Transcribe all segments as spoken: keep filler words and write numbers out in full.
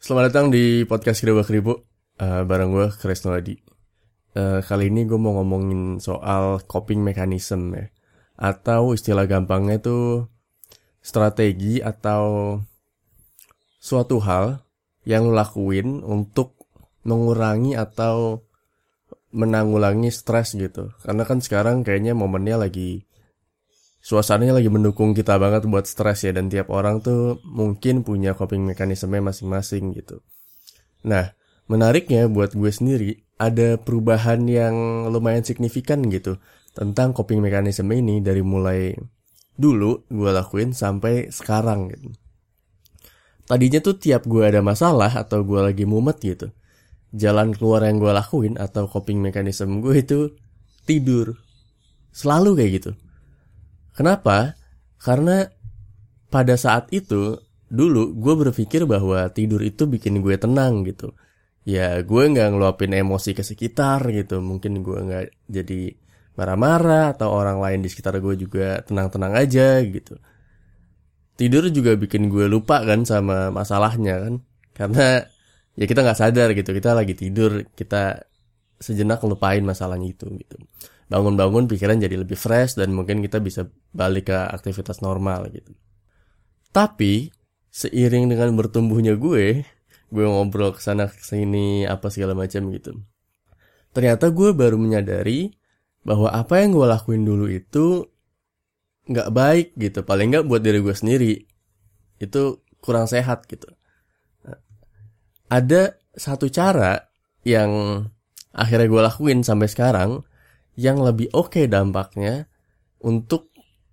Selamat datang di podcast Kribo Kribo, uh, bareng gue Kresno Adi. Uh, kali ini gue mau ngomongin soal coping mechanism ya, atau istilah gampangnya itu strategi atau suatu hal yang lo lakuin untuk mengurangi atau menanggulangi stres gitu. Karena kan sekarang kayaknya momennya lagi, suasananya lagi mendukung kita banget buat stres ya. Dan tiap orang tuh mungkin punya coping mekanismenya masing-masing gitu. Nah, menariknya buat gue sendiri, ada perubahan yang lumayan signifikan gitu tentang coping mekanisme ini dari mulai dulu gue lakuin sampai sekarang gitu. Tadinya tuh tiap gue ada masalah atau gue lagi mumet gitu, jalan keluar yang gue lakuin atau coping mekanisme gue itu tidur. Selalu kayak gitu. Kenapa? Karena pada saat itu, dulu gue berpikir bahwa tidur itu bikin gue tenang gitu. Ya gue gak ngeluapin emosi ke sekitar gitu. Mungkin gue gak jadi marah-marah atau orang lain di sekitar gue juga tenang-tenang aja gitu. Tidur juga bikin gue lupa kan sama masalahnya kan. Karena ya kita gak sadar gitu, kita lagi tidur, kita sejenak ngelupain masalahnya itu gitu. Bangun-bangun pikiran jadi lebih fresh dan mungkin kita bisa balik ke aktivitas normal gitu. Tapi seiring dengan bertumbuhnya gue, gue ngobrol kesana kesini apa segala macam gitu, ternyata gue baru menyadari bahwa apa yang gue lakuin dulu itu nggak baik gitu. Paling nggak buat diri gue sendiri itu kurang sehat gitu. Nah, ada satu cara yang akhirnya gue lakuin sampai sekarang yang lebih oke okay dampaknya untuk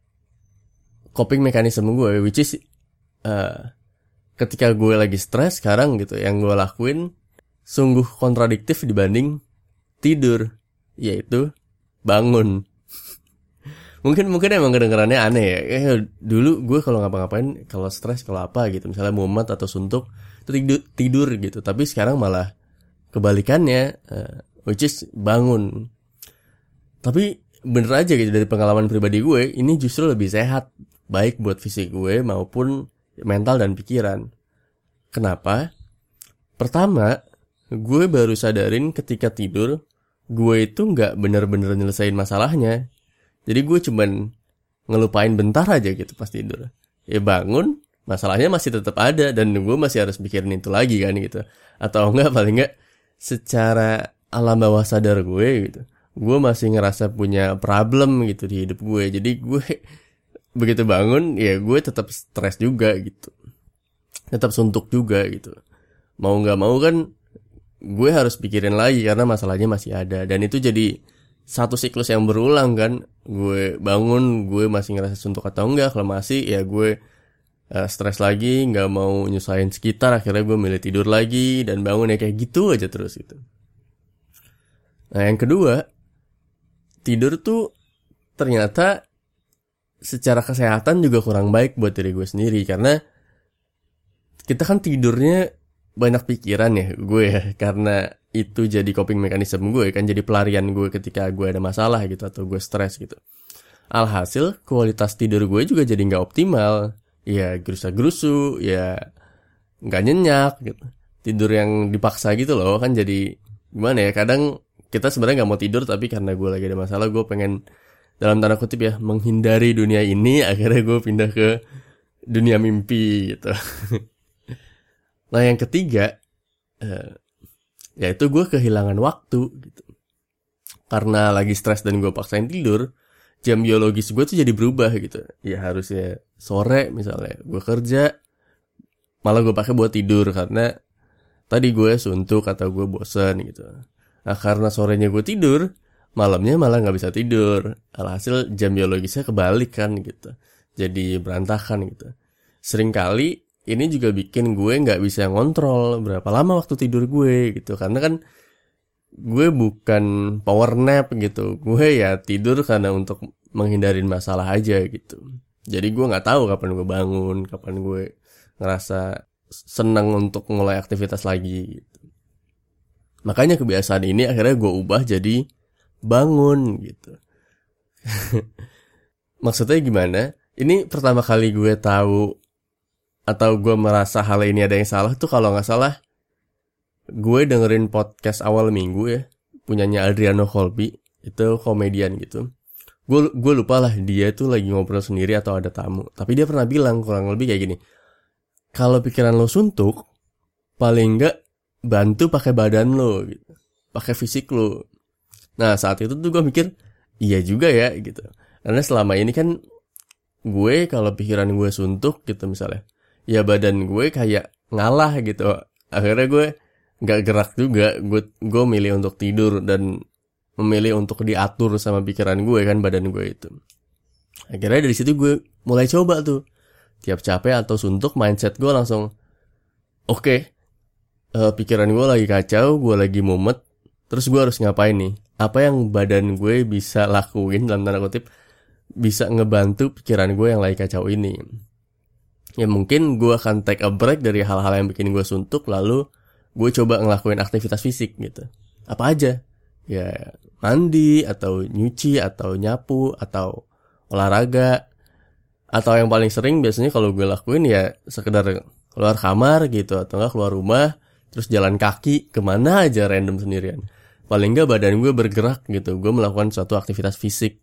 coping mekanisme gue, which is uh, ketika gue lagi stres sekarang gitu, yang gue lakuin sungguh kontradiktif dibanding tidur, yaitu bangun. mungkin mungkin emang kedengarannya aneh ya. Eh, dulu gue kalau ngapa-ngapain, kalau stres, kalau apa gitu, misalnya mumet atau suntuk, itu tidur, tidur gitu. Tapi sekarang malah kebalikannya, uh, which is bangun. Tapi bener aja gitu, dari pengalaman pribadi gue, ini justru lebih sehat, baik buat fisik gue maupun mental dan pikiran. Kenapa? Pertama, gue baru sadarin ketika tidur, gue itu gak bener-bener nyelesain masalahnya. Jadi gue cuman ngelupain bentar aja gitu pas tidur. Ya bangun, masalahnya masih tetap ada dan gue masih harus mikirin itu lagi kan gitu. Atau enggak, paling enggak secara alam bawah sadar gue gitu, gue masih ngerasa punya problem gitu di hidup gue. Jadi gue begitu bangun, ya gue tetap stres juga gitu, tetap suntuk juga gitu. Mau gak mau kan gue harus pikirin lagi karena masalahnya masih ada. Dan itu jadi satu siklus yang berulang kan. Gue bangun, gue masih ngerasa suntuk atau enggak. Kalau masih, ya gue uh, stres lagi, gak mau nyusahin sekitar. Akhirnya gue milih tidur lagi dan bangun, ya kayak gitu aja terus gitu. Nah yang kedua, tidur tuh ternyata secara kesehatan juga kurang baik buat diri gue sendiri. Karena kita kan tidurnya banyak pikiran ya, gue ya. Karena itu jadi coping mechanism gue kan, jadi pelarian gue ketika gue ada masalah gitu atau gue stres gitu. Alhasil kualitas tidur gue juga jadi gak optimal. Ya gerusa-gerusu, ya gak nyenyak gitu. Tidur yang dipaksa gitu loh kan, jadi gimana ya, kadang kita sebenarnya gak mau tidur, tapi karena gue lagi ada masalah, gue pengen dalam tanda kutip ya menghindari dunia ini. Akhirnya gue pindah ke dunia mimpi gitu. Nah yang ketiga, uh, yaitu gue kehilangan waktu gitu. Karena lagi stres dan gue paksain tidur, jam biologis gue tuh jadi berubah gitu. Ya harusnya sore misalnya gue kerja, malah gue pakai buat tidur karena tadi gue suntuk atau gue bosen gitu. Nah karena sorenya gue tidur, malamnya malah gak bisa tidur. Alhasil jam biologisnya kebalik kan gitu, jadi berantakan gitu. Seringkali ini juga bikin gue gak bisa ngontrol berapa lama waktu tidur gue gitu. Karena kan gue bukan power nap gitu, gue ya tidur karena untuk menghindarin masalah aja gitu. Jadi gue gak tahu kapan gue bangun, kapan gue ngerasa senang untuk mulai aktivitas lagi gitu. Makanya kebiasaan ini akhirnya gue ubah jadi bangun gitu. Maksudnya gimana? Ini pertama kali gue tahu atau gue merasa hal ini ada yang salah tuh kalau nggak salah gue dengerin podcast awal minggu ya, punyanya Adriano Colby, itu komedian gitu. Gue gue lupa lah dia tuh lagi ngobrol sendiri atau ada tamu. Tapi dia pernah bilang kurang lebih kayak gini. Kalau pikiran lo suntuk, paling enggak bantu pakai badan lo gitu. Pakai fisik lo. Nah, saat itu tuh gue mikir, iya juga ya gitu. Karena selama ini kan gue kalau pikiran gue suntuk gitu misalnya, ya badan gue kayak ngalah gitu. Akhirnya gue enggak gerak juga. Gue gue milih untuk tidur dan memilih untuk diatur sama pikiran gue kan, badan gue itu. Akhirnya dari situ gue mulai coba tuh. Tiap capek atau suntuk, mindset gue langsung oke, okay, uh, pikiran gue lagi kacau, gue lagi mumet, terus gue harus ngapain nih? Apa yang badan gue bisa lakuin dalam tanda kutip bisa ngebantu pikiran gue yang lagi kacau ini? Ya mungkin gue akan take a break dari hal-hal yang bikin gue suntuk, lalu gue coba ngelakuin aktivitas fisik gitu. Apa aja? Ya mandi, atau nyuci, atau nyapu, atau olahraga. Atau yang paling sering biasanya kalau gue lakuin ya sekedar keluar kamar gitu, atau enggak keluar rumah, terus jalan kaki kemana aja random sendirian. Paling enggak badan gue bergerak gitu, gue melakukan suatu aktivitas fisik.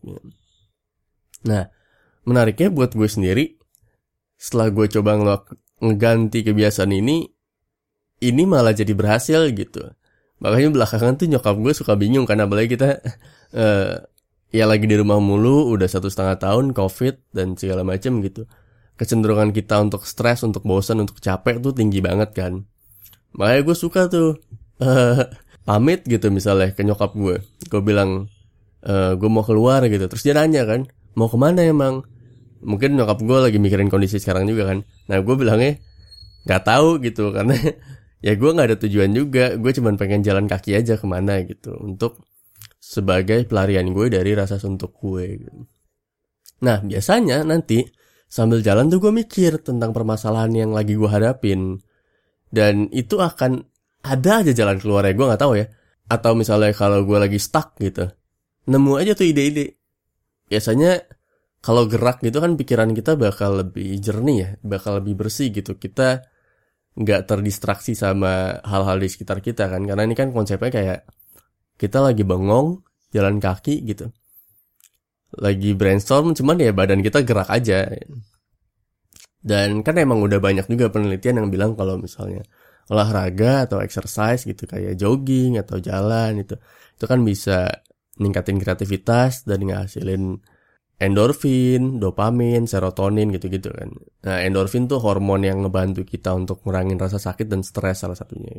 Nah, menariknya buat gue sendiri, setelah gue coba ngelak- ngeganti kebiasaan ini, ini malah jadi berhasil gitu. Makanya belakangan tuh nyokap gue suka bingung karena apalagi kita uh, ya lagi di rumah mulu udah satu setengah tahun, covid dan segala macam gitu. Kecenderungan kita untuk stres, untuk bosan, untuk capek tuh tinggi banget kan. Makanya gue suka tuh uh, pamit gitu misalnya ke nyokap gue. Gue bilang uh, gue mau keluar gitu. Terus dia nanya kan, mau kemana emang? Mungkin nyokap gue lagi mikirin kondisi sekarang juga kan. Nah gue bilangnya gak tahu gitu karena ya gue gak ada tujuan juga. Gue cuma pengen jalan kaki aja kemana gitu, untuk sebagai pelarian gue dari rasa suntuk gue gitu. Nah biasanya nanti sambil jalan tuh gue mikir tentang permasalahan yang lagi gue hadapin, dan itu akan ada aja jalan keluarnya, gue gak tahu ya. Atau misalnya kalau gue lagi stuck gitu, nemu aja tuh ide-ide. Biasanya kalau gerak gitu kan pikiran kita bakal lebih jernih ya, bakal lebih bersih gitu. Kita nggak terdistraksi sama hal-hal di sekitar kita kan, karena ini kan konsepnya kayak kita lagi bengong jalan kaki gitu, lagi brainstorm, cuman ya badan kita gerak aja. Dan kan emang udah banyak juga penelitian yang bilang kalau misalnya olahraga atau exercise gitu kayak jogging atau jalan itu itu kan bisa ningkatin kreativitas dan ngasilin endorfin, dopamin, serotonin gitu-gitu kan. Nah, endorfin tuh hormon yang ngebantu kita untuk ngurangin rasa sakit dan stres salah satunya.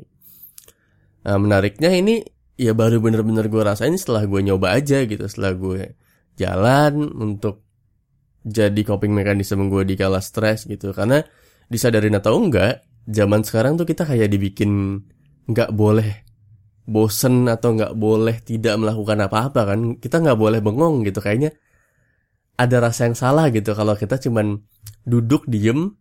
Nah, menariknya ini ya baru bener-bener gue rasain setelah gue nyoba aja gitu, setelah gue jalan untuk jadi coping mechanism gue di kala stres gitu. Karena disadarin atau enggak, zaman sekarang tuh kita kayak dibikin nggak boleh bosen atau nggak boleh tidak melakukan apa-apa kan. Kita nggak boleh bengong gitu, kayaknya ada rasa yang salah gitu kalau kita cuman duduk diem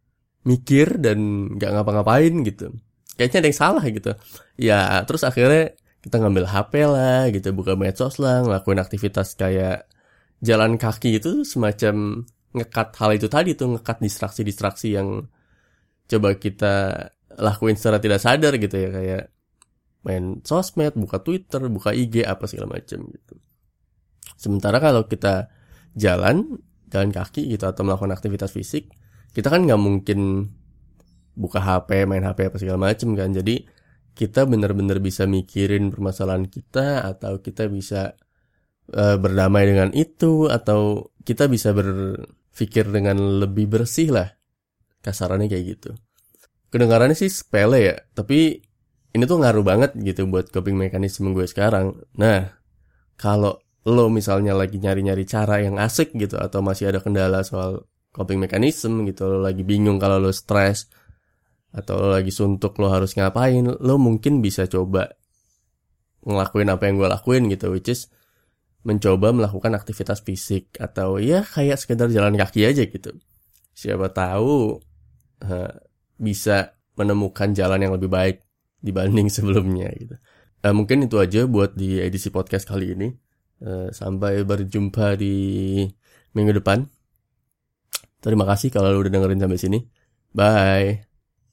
mikir dan nggak ngapa-ngapain gitu. Kayaknya ada yang salah gitu. Ya terus akhirnya kita ngambil H P lah gitu, buka medsos lah, ngelakuin aktivitas kayak jalan kaki itu semacam ngekat hal itu tadi tuh, ngekat distraksi-distraksi yang coba kita lakuin secara tidak sadar gitu ya, kayak main sosmed, buka Twitter, buka I G apa segala macam gitu. Sementara kalau kita jalan, jalan kaki gitu atau melakukan aktivitas fisik, kita kan nggak mungkin buka H P, main H P apa segala macam kan. Jadi kita benar-benar bisa mikirin permasalahan kita, atau kita bisa uh, berdamai dengan itu, atau kita bisa berpikir dengan lebih bersih lah, kasarannya kayak gitu. Kedengarannya sih sepele ya, tapi ini tuh ngaruh banget gitu buat coping mechanism gue sekarang. Nah, kalau lo misalnya lagi nyari-nyari cara yang asik gitu, atau masih ada kendala soal coping mechanism gitu, lo lagi bingung kalau lo stres atau lo lagi suntuk lo harus ngapain, lo mungkin bisa coba ngelakuin apa yang gue lakuin gitu, which is mencoba melakukan aktivitas fisik, atau ya kayak sekedar jalan kaki aja gitu. Siapa tahu uh, bisa menemukan jalan yang lebih baik dibanding sebelumnya gitu. Uh, mungkin itu aja buat di edisi podcast kali ini. Uh, sampai berjumpa di minggu depan. Terima kasih kalau udah dengerin sampai sini. Bye.